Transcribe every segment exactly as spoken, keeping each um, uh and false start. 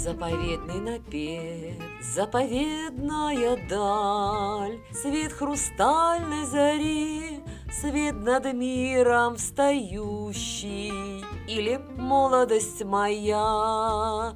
Заповедный напев, заповедная даль, свет хрустальной зари, свет над миром встающий. Или молодость моя,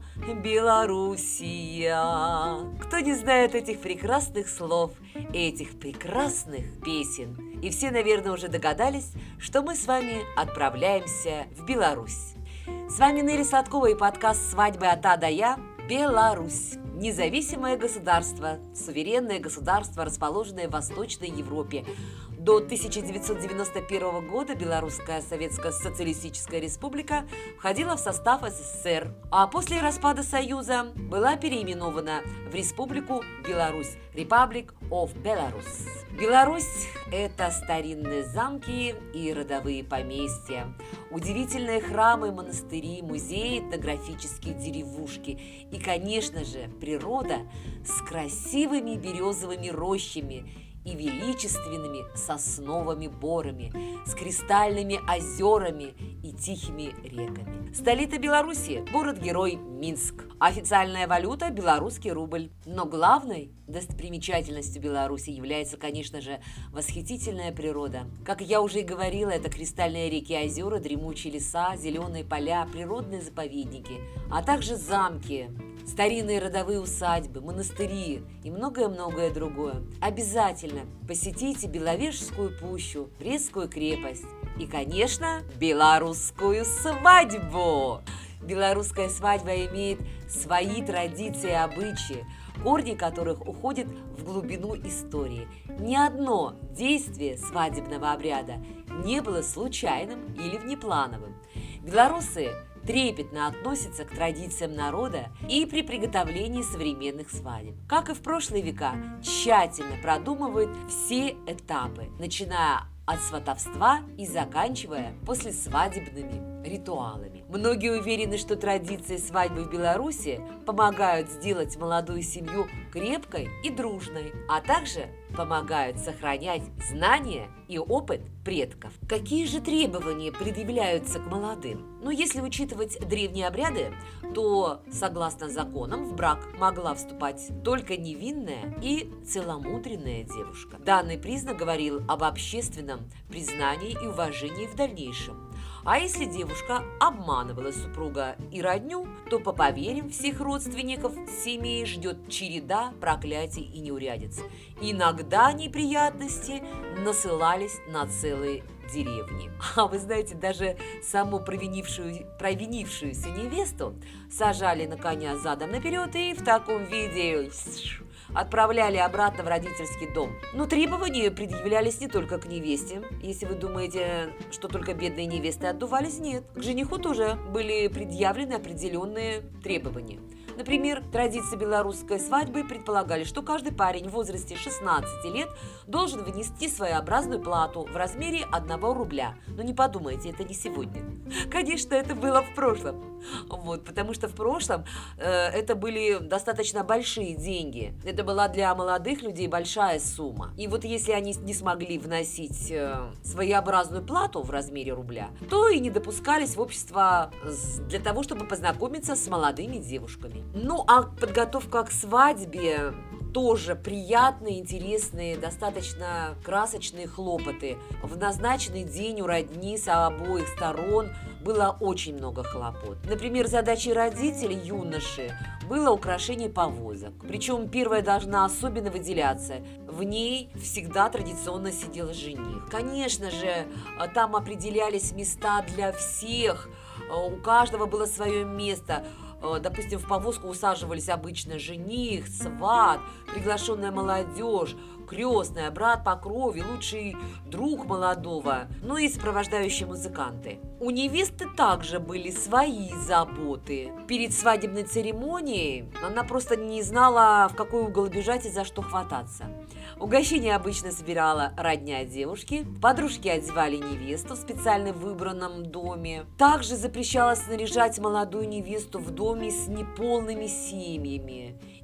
Белоруссия. Кто не знает этих прекрасных слов, этих прекрасных песен? И все, наверное, уже догадались, что мы с вами отправляемся в Беларусь. С вами Нелли Сладкова и подкаст «Свадьбы от А до Я. Беларусь». Независимое государство, суверенное государство, расположенное в Восточной Европе. До тысяча девятьсот девяносто первого года Белорусская Советская Социалистическая Республика входила в состав СССР, а после распада Союза была переименована в Республику Беларусь, Republic of Belarus. Беларусь – это старинные замки и родовые поместья, удивительные храмы, монастыри, музеи, этнографические деревушки и, конечно же, природа с красивыми березовыми рощами и величественными сосновыми борами, с кристальными озерами и тихими реками. Столица Беларуси – город-герой Минск. Официальная валюта – белорусский рубль. Но главной достопримечательностью Беларуси является, конечно же, восхитительная природа. Как я уже и говорила, это кристальные реки и озера, дремучие леса, зеленые поля, природные заповедники, а также замки, старинные родовые усадьбы, монастыри и многое-многое другое. Обязательно посетите Беловежскую пущу, Брестскую крепость и, конечно, белорусскую свадьбу. Белорусская свадьба имеет свои традиции и обычаи, корни которых уходят в глубину истории. Ни одно действие свадебного обряда не было случайным или внеплановым. Белорусы трепетно относятся к традициям народа и при приготовлении современных свадеб. Как и в прошлые века, тщательно продумывают все этапы, начиная от сватовства и заканчивая послесвадебными ритуалами. Многие уверены, что традиции свадьбы в Беларуси помогают сделать молодую семью крепкой и дружной, а также помогают сохранять знания и опыт предков. Какие же требования предъявляются к молодым? Ну, если учитывать древние обряды, то, согласно законам, в брак могла вступать только невинная и целомудренная девушка. Данный признак говорил об общественном признании и уважении в дальнейшем. А если девушка обманывала супруга и родню, то по поверьям всех родственников семьи ждет череда проклятий и неурядиц. Иногда неприятности насылались на целые деревни. А вы знаете, даже саму провинившую, провинившуюся невесту сажали на коня задом наперед и в таком виде отправляли обратно в родительский дом. Но требования предъявлялись не только к невесте. Если вы думаете, что только бедные невесты отдувались, нет. К жениху тоже были предъявлены определенные требования. Например, традиции белорусской свадьбы предполагали, что каждый парень в возрасте шестнадцати лет должен внести своеобразную плату в размере одного рубля. Но не подумайте, это не сегодня. Конечно, это было в прошлом. Вот, потому что в прошлом э, это были достаточно большие деньги. Это была для молодых людей большая сумма. И вот если они не смогли вносить э, своеобразную плату в размере рубля, то и не допускались в общество для того, чтобы познакомиться с молодыми девушками. Ну, а подготовка к свадьбе тоже приятные, интересные, достаточно красочные хлопоты. В назначенный день у родни с обоих сторон было очень много хлопот. Например, задачей родителей юноши было украшение повозок. Причем первая должна особенно выделяться. В ней всегда традиционно сидел жених. Конечно же, там определялись места для всех. У каждого было свое место. Допустим, в повозку усаживались обычно жених, сват, приглашенная молодежь, крестная, брат по крови, лучший друг молодого, ну и сопровождающие музыканты. У невесты также были свои заботы. Перед свадебной церемонией она просто не знала, в какой угол бежать и за что хвататься. Угощение обычно собирала родня девушки, подружки одевали невесту в специально выбранном доме. Также запрещалось снаряжать молодую невесту в доме с неполными семьями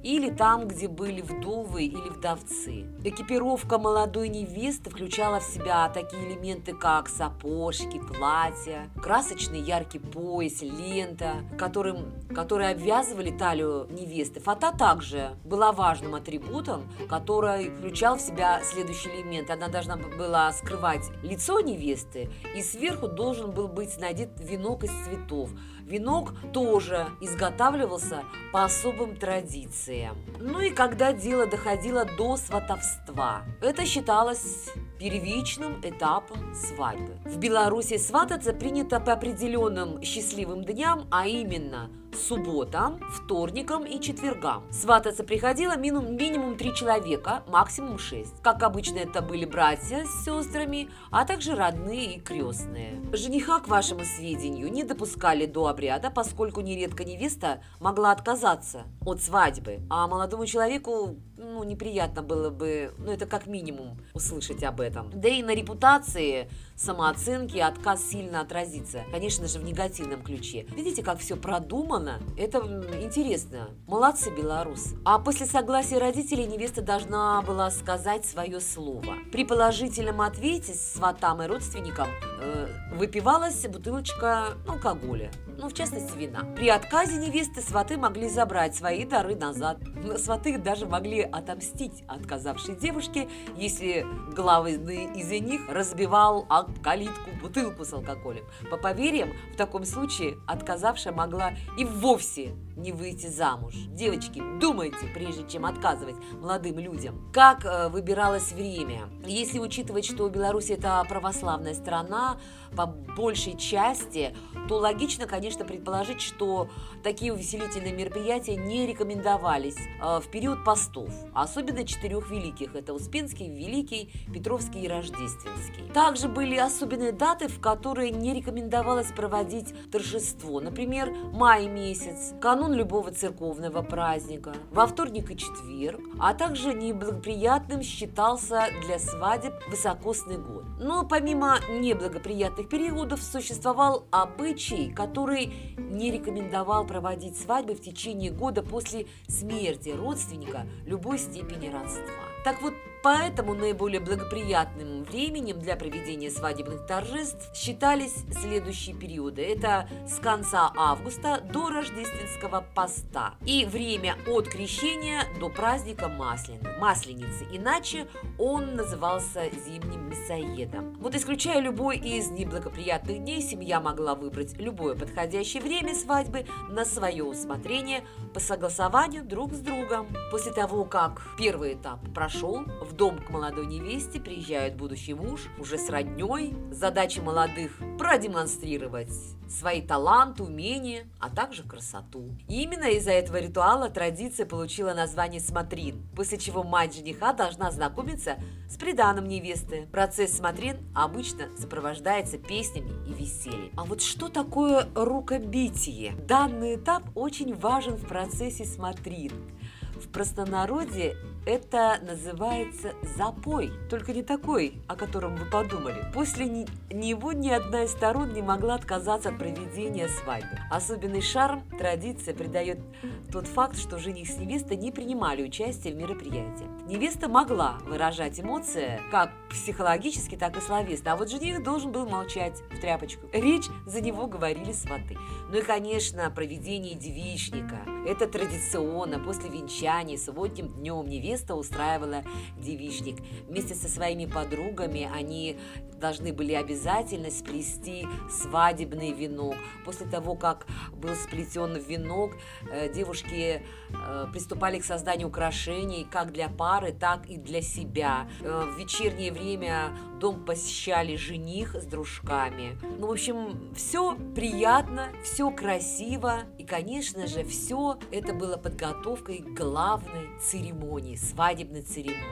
или там, где были вдовы или вдовцы. Экипировка молодой невесты включала в себя такие элементы, как сапожки, платья, красочный яркий пояс, лента, которым, которые обвязывали талию невесты. Фата также была важным атрибутом, который включал в себя следующий элемент. Она должна была скрывать лицо невесты, и сверху должен был быть надет венок из цветов. Венок тоже изготавливался по особым традициям. Ну и когда дело доходило до сватовства, это считалось первичным этапом свадьбы. В Беларуси свататься принято по определенным счастливым дням, а именно субботам, вторникам и четвергам. Свататься приходило минимум, минимум три человека, максимум шесть. Как обычно, это были братья с сестрами, а также родные и крестные. Жениха, к вашему сведению, не допускали до обряда, поскольку нередко невеста могла отказаться от свадьбы, а молодому человеку ну, неприятно было бы, ну это как минимум, услышать об этом. Да и на репутации, самооценке отказ сильно отразится, конечно же, в негативном ключе. Видите, как все продумано? Это интересно. Молодцы, белорусы. А после согласия родителей невеста должна была сказать свое слово. При положительном ответе сватам и родственникам э, выпивалась бутылочка алкоголя, ну, в частности, вина. При отказе невесты сваты могли забрать свои дары назад. Сваты даже могли отомстить отказавшей девушке, если главный из них разбивал об калитку бутылку с алкоголем. По поверьям, в таком случае отказавшая могла и вовсе не выйти замуж. Девочки, думайте, прежде чем отказывать молодым людям. Как э, выбиралось время? Если учитывать, что Беларусь это православная страна, по большей части, то логично, конечно, предположить, что такие увеселительные мероприятия не рекомендовались э, в период постов, особенно четырех великих. Это Успенский, Великий, Петровский и Рождественский. Также были особенные даты, в которые не рекомендовалось проводить торжество. Например, май месяц, канун любого церковного праздника, во вторник и четверг, а также неблагоприятным считался для свадеб высокосный год. Но помимо неблагоприятных периодов существовал обычай, который не рекомендовал проводить свадьбы в течение года после смерти родственника любой степени родства. Так вот, поэтому наиболее благоприятным временем для проведения свадебных торжеств считались следующие периоды. Это с конца августа до рождественского поста и время от крещения до праздника Масленицы. Масленицы. Иначе он назывался зимним мясоедом. Вот исключая любой из неблагоприятных дней, семья могла выбрать любое подходящее время свадьбы на свое усмотрение по согласованию друг с другом. После того, как первый этап прошел, в дом к молодой невесте приезжает будущий муж уже с роднёй. Задача молодых – продемонстрировать свои таланты, умения, а также красоту. И именно из-за этого ритуала традиция получила название смотрин, после чего мать жениха должна знакомиться с приданым невесты. Процесс смотрин обычно сопровождается песнями и весельем. А вот что такое рукобитие? Данный этап очень важен в процессе смотрин. В простонародье это называется запой, только не такой, о котором вы подумали. После него ни одна из сторон не могла отказаться от проведения свадьбы. Особенный шарм традиция придает тот факт, что жених с невестой не принимали участие в мероприятии. Невеста могла выражать эмоции как психологически, так и словесно, а вот жених должен был молчать в тряпочку. Речь за него говорили сваты. Ну и, конечно, проведение девичника. Это традиционно. После венчания субботним днем невеста устраивала девичник. Вместе со своими подругами они должны были обязательно сплести свадебный венок. После того, как был сплетен венок, девушки приступали к созданию украшений как для пары, так и для себя. В вечернее время дом посещали жених с дружками. Ну, в общем, все приятно, все красиво. И, конечно же, все это было подготовкой к главной церемонии, свадебной церемонии.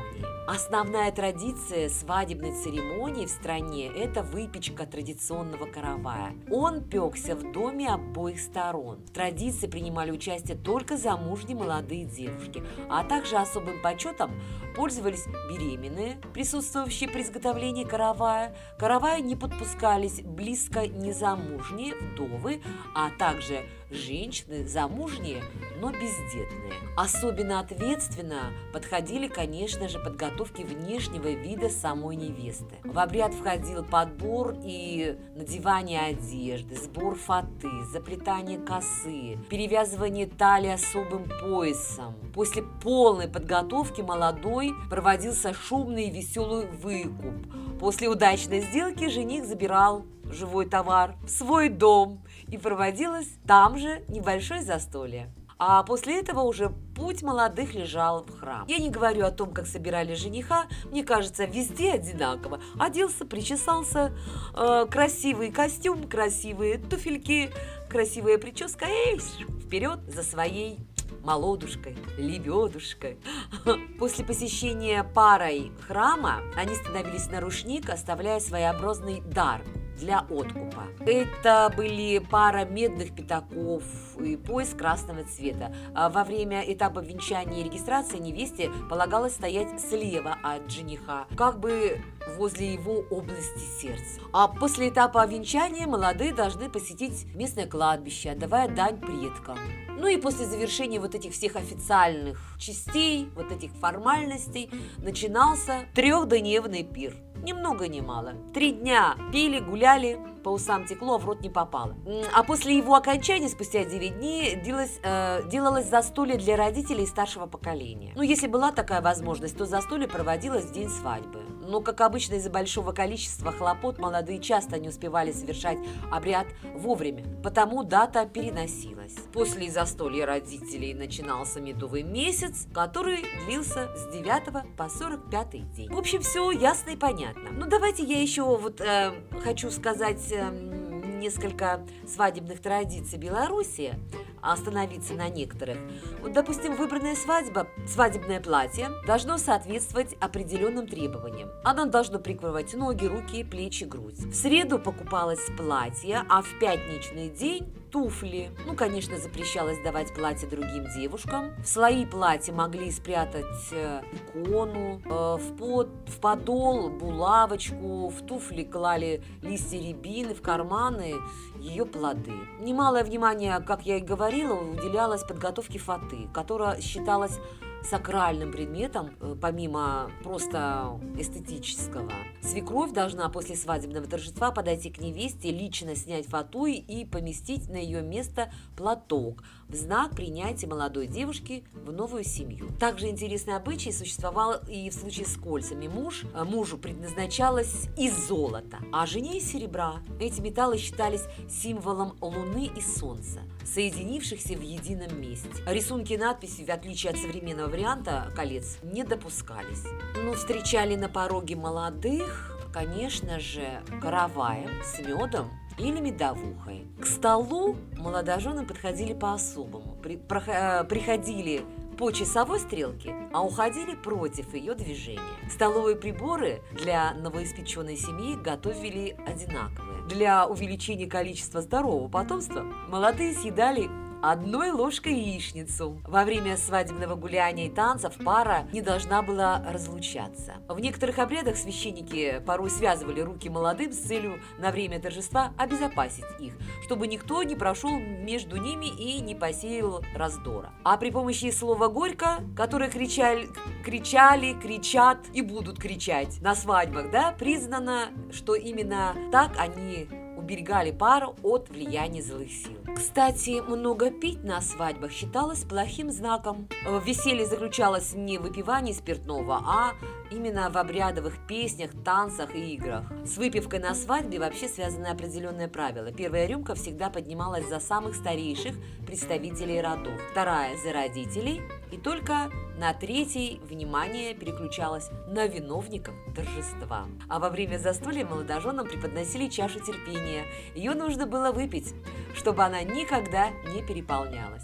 Основная традиция свадебной церемонии в стране – это выпечка традиционного каравая. Он пекся в доме обоих сторон. В традиции принимали участие только замужние молодые девушки, а также особым почетом пользовались беременные, присутствующие при изготовлении каравая. К караваю не подпускались близко незамужние, вдовы, а также женщины замужние, но бездетные. Особенно ответственно подходили, конечно же, подготовки внешнего вида самой невесты. В обряд входил подбор и надевание одежды, сбор фаты, заплетание косы, перевязывание талии особым поясом. После полной подготовки молодой проводился шумный и веселый выкуп. После удачной сделки жених забирал живой товар в свой дом, и проводилось там же небольшое застолье. А после этого уже путь молодых лежал в храм. Я не говорю о том, как собирали жениха, мне кажется, везде одинаково. Оделся, причесался, э, красивый костюм, красивые туфельки, красивая прическа, и вперед за своей молодушкой, лебедушкой. После посещения парой храма они становились на рушник, оставляя своеобразный дар для откупа. Это были пара медных пятаков и пояс красного цвета. Во время этапа венчания и регистрации невесте полагалось стоять слева от жениха, как бы возле его области сердца. А после этапа венчания молодые должны посетить местное кладбище, отдавая дань предкам. Ну и после завершения вот этих всех официальных частей, вот этих формальностей, начинался трехдневный пир. Ни много ни мало. Три дня пили, гуляли, по усам текло, а в рот не попало. А после его окончания, спустя девять дней, делалось, э, делалось застолье для родителей старшего поколения. Ну, если была такая возможность, то застолье проводилось в день свадьбы. Но, как обычно, из-за большого количества хлопот молодые часто не успевали совершать обряд вовремя, потому дата переносилась. После застолья родителей начинался медовый месяц, который длился с девятого по сорок пятый день. В общем, все ясно и понятно. Ну, давайте я еще вот э, хочу сказать э, несколько свадебных традиций Беларуси, остановиться на некоторых. Вот, допустим, выбранная свадьба, свадебное платье должно соответствовать определенным требованиям. Оно должно прикрывать ноги, руки, плечи, грудь. В среду покупалось платье, а в пятничный день туфли. Ну, конечно, запрещалось давать платье другим девушкам. В слои платья могли спрятать э, икону, э, в, под, в подол булавочку, в туфли клали листья рябины, в карманы ее плоды. Немалое внимание, как я и говорила, уделялось подготовке фаты, которая считалась сакральным предметом, помимо просто эстетического. Свекровь должна после свадебного торжества подойти к невесте, лично снять фату и поместить на ее место платок в знак принятия молодой девушки в новую семью. Также интересный обычай существовал и в случае с кольцами. Муж, мужу предназначалось из золота, а жене из серебра. Эти металлы считались символом луны и солнца, соединившихся в едином месте. Рисунки и надписи, в отличие от современного варианта колец, не допускались. Но встречали на пороге молодых, конечно же, караваем с медом или медовухой. К столу молодожены подходили по-особому. При, про, приходили по часовой стрелке, а уходили против ее движения. Столовые приборы для новоиспеченной семьи готовили одинаковые. Для увеличения количества здорового потомства молодые съедали одной ложкой яичницу. Во время свадебного гуляния и танцев пара не должна была разлучаться. В некоторых обрядах священники порой связывали руки молодым с целью на время торжества обезопасить их, чтобы никто не прошел между ними и не посеял раздора. А при помощи слова «горько», которое кричали, кричали, кричат и будут кричать на свадьбах, да, признано, что именно так они уберегали пару от влияния злых сил. Кстати, много пить на свадьбах считалось плохим знаком. Веселье заключалось не в выпивании спиртного, а именно в обрядовых песнях, танцах и играх. С выпивкой на свадьбе вообще связаны определенные правила. Первая рюмка всегда поднималась за самых старейших представителей родов, вторая – за родителей, и только на третий внимание переключалось на виновников торжества. А во время застолья молодоженам преподносили чашу терпения. Ее нужно было выпить, чтобы она никогда не переполнялась.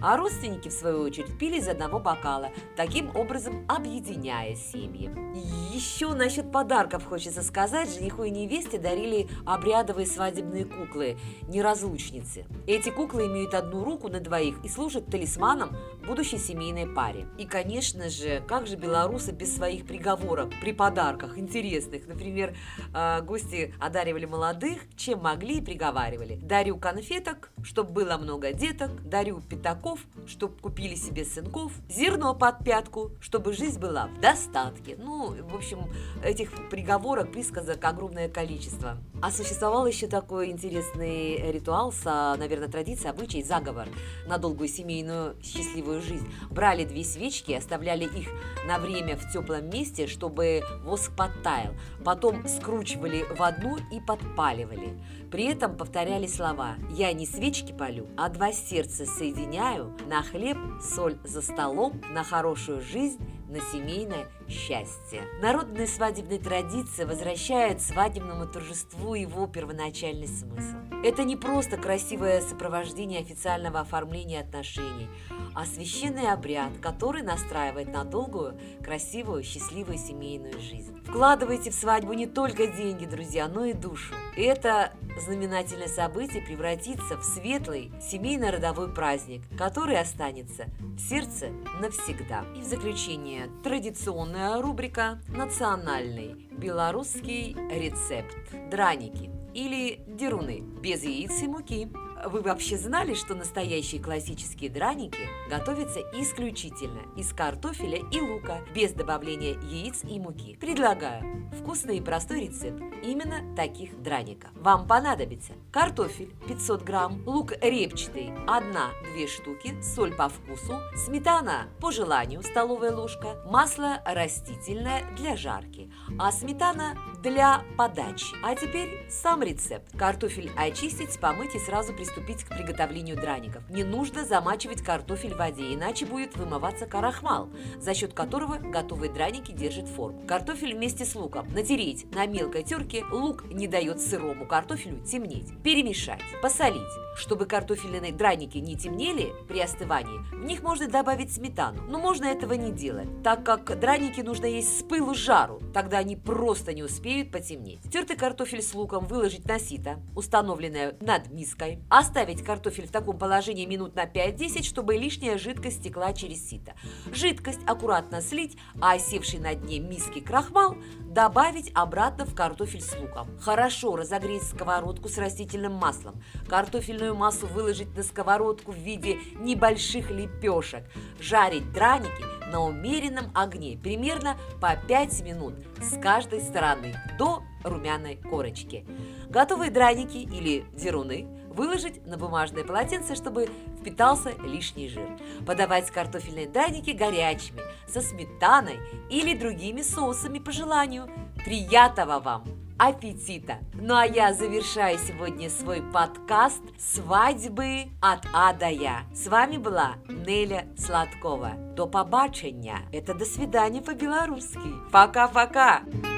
а родственники, в свою очередь, пили из одного бокала, таким образом объединяя семьи. Еще насчет подарков хочется сказать. Жениху и невесте дарили обрядовые свадебные куклы, неразлучницы. Эти куклы имеют одну руку на двоих и служат талисманом будущей семейной паре. И, конечно же, как же белорусы без своих приговорок при подарках интересных? Например, гости одаривали молодых, чем могли, и приговаривали: дарю конфеток, чтоб было много деток, дарю пятаков, чтоб купили себе сынков, зерно под пятку, чтобы жизнь была в достатке. Ну, в общем, этих приговорок, присказок огромное количество. А существовал еще такой интересный ритуал, наверное, традиция, обычай, заговор на долгую семейную счастливую жизнь. Брали две свечки, оставляли их на время в теплом месте, чтобы воск подтаял. Потом скручивали в одну и подпаливали. При этом повторяли слова: «Я не свечки палю, а два сердца соединяю, на хлеб, соль за столом, на хорошую жизнь, на семейное счастье». Народная свадебная традиция возвращает свадебному торжеству его первоначальный смысл. Это не просто красивое сопровождение официального оформления отношений, а священный обряд, который настраивает на долгую, красивую, счастливую семейную жизнь. Вкладывайте в свадьбу не только деньги, друзья, но и душу. Это знаменательное событие превратится в светлый семейно-родовой праздник, который останется в сердце навсегда. И в заключение традиционная рубрика «Национальный белорусский рецепт». Драники или деруны без яиц и муки. Вы вообще знали, что настоящие классические драники готовятся исключительно из картофеля и лука, без добавления яиц и муки? Предлагаю вкусный и простой рецепт именно таких драников. Вам понадобится картофель пятьсот грамм, лук репчатый одна-две штуки, соль по вкусу, сметана по желанию столовая ложка, масло растительное для жарки, а сметана для подачи. А теперь сам рецепт. Картофель очистить, помыть и сразу приступить приступить к приготовлению драников. Не нужно замачивать картофель в воде, иначе будет вымываться крахмал, за счет которого готовые драники держат форму. Картофель вместе с луком натереть на мелкой терке, лук не дает сырому картофелю темнеть. Перемешать, посолить. Чтобы картофельные драники не темнели при остывании, в них можно добавить сметану, но можно этого не делать, так как драники нужно есть с пылу с жару, тогда они просто не успеют потемнеть. Тертый картофель с луком выложить на сито, установленное над миской. Оставить картофель в таком положении минут на пять-десять, чтобы лишняя жидкость стекла через сито. Жидкость аккуратно слить, а осевший на дне миски крахмал добавить обратно в картофель с луком. Хорошо разогреть сковородку с растительным маслом. Картофельную массу выложить на сковородку в виде небольших лепешек. Жарить драники на умеренном огне примерно по пять минут с каждой стороны до румяной корочки. Готовые драники или деруны выложить на бумажное полотенце, чтобы впитался лишний жир. Подавать картофельные драники горячими, со сметаной или другими соусами по желанию. Приятного вам аппетита! Ну а я завершаю сегодня свой подкаст «Свадьбы от А до Я». С вами была Неля Сладкова. До побачення. Это до свидания по-белорусски. Пока-пока!